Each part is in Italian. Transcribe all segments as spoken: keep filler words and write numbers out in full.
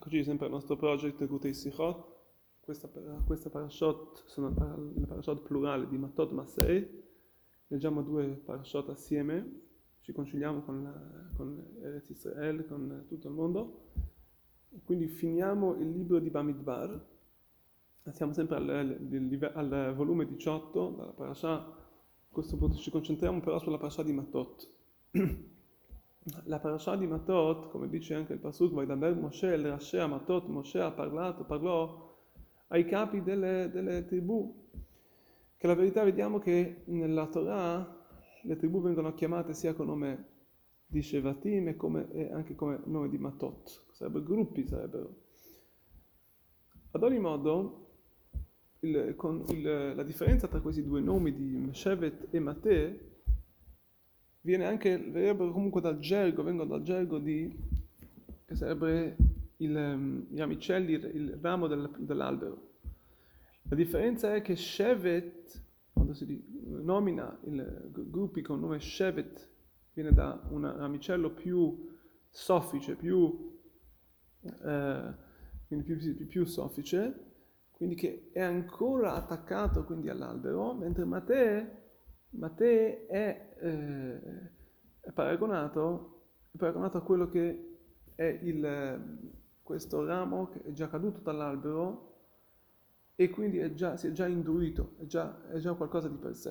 Eccoci sempre al nostro project Likutei Sichot. Questa, questa parashot sono le parashot plurali di Matot Masei. Leggiamo due parashot assieme, ci conciliamo con, la, con Eretz Israel, con tutto il mondo. E quindi finiamo il libro di Bamidbar. Siamo sempre al, al, al volume diciotto dalla parashah. A questo punto ci concentriamo però sulla parashah di Matot. La parashah di Matot, come dice anche il Pasuk, Vaidaber Moshe el Rashea Matot, Moshe ha parlato, parlò ai capi delle, delle tribù, che la verità vediamo che nella Torah le tribù vengono chiamate sia con nome di Shevatim e, come, e anche come nome di Matot, sarebbero gruppi, sarebbero. Ad ogni modo, il, con il, la differenza tra questi due nomi di Shevet e Mateh viene anche, verrebbero comunque dal gergo, vengono dal gergo di, che sarebbe il, gli amicelli, il, il ramo del, dell'albero. La differenza è che Shevet, quando si nomina i gruppi con nome Shevet, viene da un ramicello più soffice, più, eh, quindi più, più, più soffice, quindi che è ancora attaccato quindi all'albero, mentre Mateh Mateh è, eh, è, paragonato, è paragonato a quello che è il, questo ramo che è già caduto dall'albero e quindi è già, si è già indurito, è già, è già qualcosa di per sé.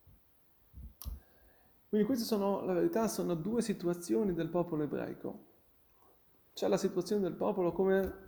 Quindi queste sono, la verità, sono due situazioni del popolo ebraico. C'è la situazione del popolo come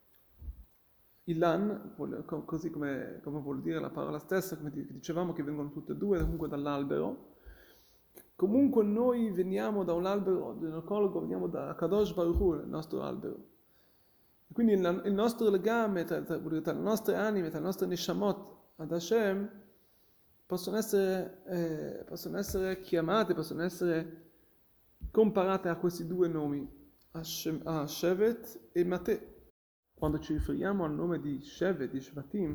Ilan, così come, come vuol dire la parola stessa, come dicevamo che vengono tutte e due comunque dall'albero. Comunque noi veniamo da un albero ginecologo, veniamo da Kadosh Baruch Hu, il nostro albero. E quindi il, il nostro legame tra, tra, tra le nostre anime, tra le nostre neshamot ad Hashem, possono essere, eh, possono essere chiamate, possono essere comparate a questi due nomi, a, Shem, a Shevet e Mateh. Quando ci riferiamo al nome di Shevet, di Shvatim,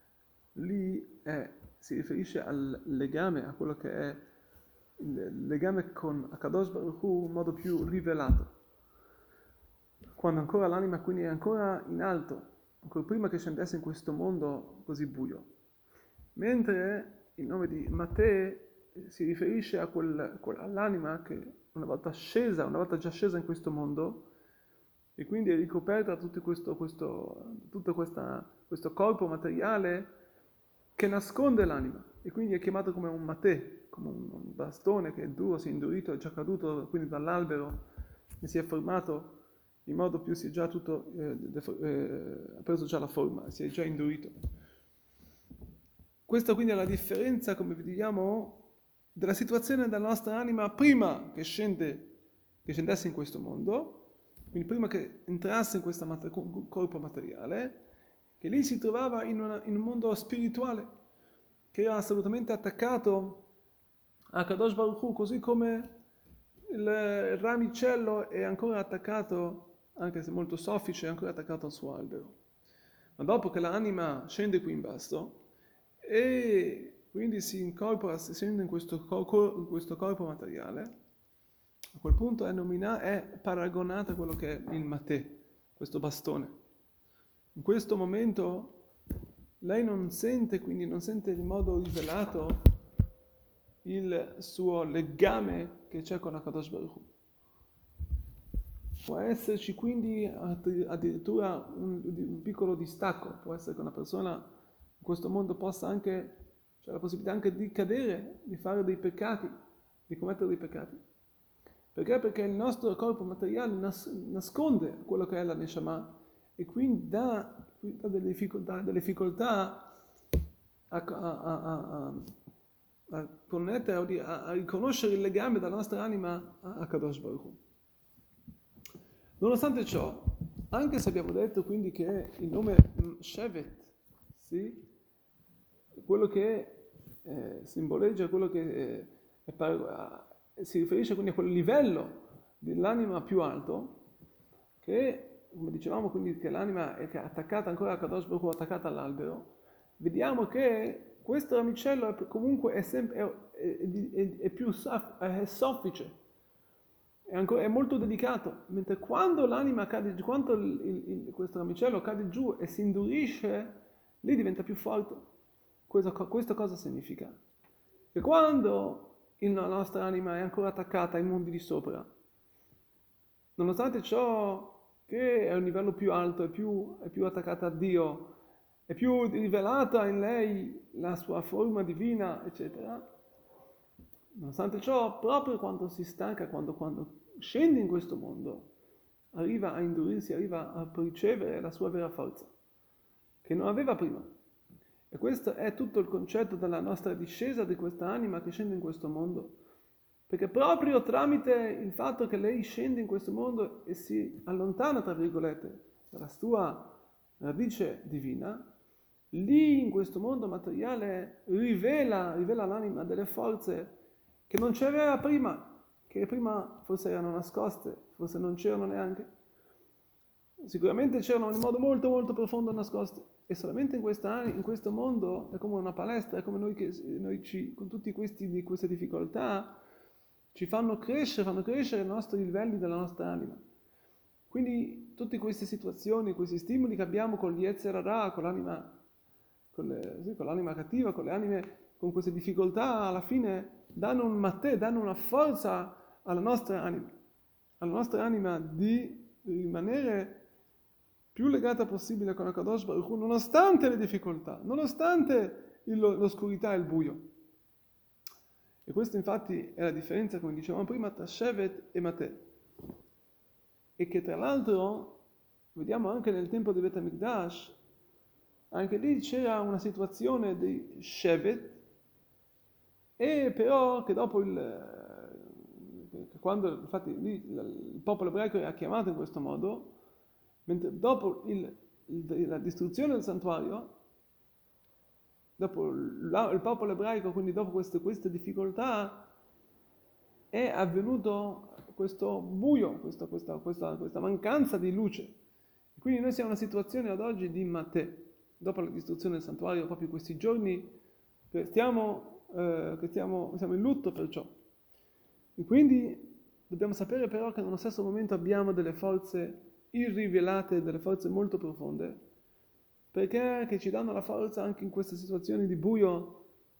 lì è, si riferisce al legame, a quello che è il legame con Akadosh Baruch Hu in modo più rivelato. Quando ancora l'anima quindi è ancora in alto, ancora prima che scendesse in questo mondo così buio. Mentre il nome di Mateh si riferisce a quel, all'anima che una volta scesa, una volta già scesa in questo mondo, e quindi è ricoperta tutto questo, questo, tutto questa, questo corpo materiale che nasconde l'anima, e quindi è chiamato come un matè, come un bastone che è duro, si è indurito, è già caduto quindi dall'albero e si è formato in modo più, si è già tutto, eh, eh, ha preso già la forma, si è già indurito. Questa quindi è la differenza, come vediamo, della situazione della nostra anima prima che scende, che scendesse in questo mondo. Quindi prima che entrasse in questo mater- corpo materiale, che lì si trovava in, una, in un mondo spirituale, che era assolutamente attaccato a Kadosh Baruch Hu, così come il, il ramicello è ancora attaccato, anche se molto soffice, è ancora attaccato al suo albero. Ma dopo che l'anima scende qui in basso, e quindi si incorpora, si scende in questo, in questo corpo materiale, a quel punto è, nomina- è paragonata a quello che è il matè, questo bastone. In questo momento lei non sente, quindi non sente in modo rivelato il suo legame che c'è con Akadosh Baruch Hu. Può esserci quindi addirittura un, un piccolo distacco, può essere che una persona in questo mondo possa anche, c'è la possibilità anche di cadere, di fare dei peccati, di commettere dei peccati. Perché? Perché il nostro corpo materiale nas- nasconde quello che è la Neshama e quindi dà, dà delle difficoltà, delle difficoltà a, a, a, a, a connettere, a, a riconoscere il legame della nostra anima a, a Kadosh Baruch Hu. Nonostante ciò, anche se abbiamo detto quindi che il nome Shevet, sì, quello che eh, simboleggia quello che eh, è par- si riferisce quindi a quel livello dell'anima più alto, che, come dicevamo, quindi che l'anima è attaccata ancora a Kadosh Baruch Hu, attaccata all'albero. Vediamo che questo ramicello è, comunque è, sempre, è, è, è, è più è soffice, è, ancora, è molto delicato, mentre quando l'anima cade giù, quando il, il, il, questo ramicello cade giù e si indurisce, lì diventa più forte. Questo, questo cosa significa? Che quando la nostra anima è ancora attaccata ai mondi di sopra, nonostante ciò che è a un livello più alto, è più, è più attaccata a Dio, è più rivelata in lei la sua forma divina, eccetera, nonostante ciò, proprio quando si stanca, quando, quando scende in questo mondo, arriva a indurirsi, arriva a ricevere la sua vera forza, che non aveva prima. E questo è tutto il concetto della nostra discesa di questa anima che scende in questo mondo. Perché proprio tramite il fatto che lei scende in questo mondo e si allontana, tra virgolette, dalla sua radice divina, lì in questo mondo materiale rivela, rivela all'anima delle forze che non c'era prima, che prima forse erano nascoste, forse non c'erano neanche. Sicuramente c'erano in modo molto molto profondo nascoste, e solamente in, questa, in questo mondo è come una palestra, è come noi che noi ci, con tutte queste difficoltà ci fanno crescere, fanno crescere i nostri livelli della nostra anima. Quindi tutte queste situazioni, questi stimoli che abbiamo con gli Yetzer Hara, con l'anima, con, le, sì, con l'anima cattiva, con le anime, con queste difficoltà, alla fine danno un mattè, danno una forza alla nostra anima, alla nostra anima di rimanere più legata possibile con Akadosh Baruch Hu, nonostante le difficoltà, nonostante il, l'oscurità e il buio. E questa infatti è la differenza, come dicevamo prima, tra Shevet e Mateh. E che tra l'altro, vediamo anche nel tempo di Bet HaMikdash, anche lì c'era una situazione di Shevet, e però che dopo il... quando infatti lì il popolo ebraico era chiamato in questo modo, mentre dopo il, il, la distruzione del santuario, dopo il, il popolo ebraico, quindi dopo queste, queste difficoltà, è avvenuto questo buio, questa, questa, questa, questa mancanza di luce. Quindi noi siamo in una situazione ad oggi di Mateh, dopo la distruzione del santuario, proprio in questi giorni che stiamo, eh, che stiamo, siamo in lutto per ciò. E quindi dobbiamo sapere però che nello stesso momento abbiamo delle forze irrivelate, delle forze molto profonde, perché che ci danno la forza anche in queste situazioni di buio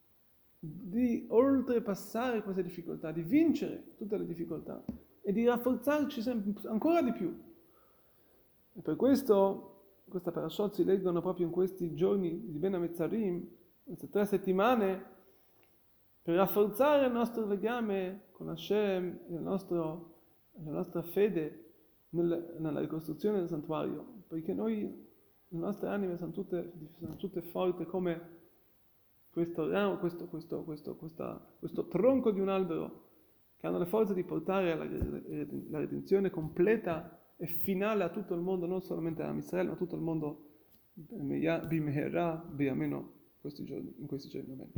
di oltrepassare queste difficoltà, di vincere tutte le difficoltà e di rafforzarci sempre, ancora di più. E per questo questa parashot si leggono proprio in questi giorni di Ben HaMetzarim, queste tre settimane, per rafforzare il nostro legame con Hashem, il nostro, la nostra fede nel, nella ricostruzione del santuario, perché noi, le nostre anime sono tutte, sono tutte forti come questo, questo, questo, questo, questa, questo tronco di un albero, che hanno le forze di portare alla, la redenzione completa e finale a tutto il mondo, non solamente a Israele, ma a tutto il mondo, bimehera, biameno, questi giorni, in questi giorni. Amen.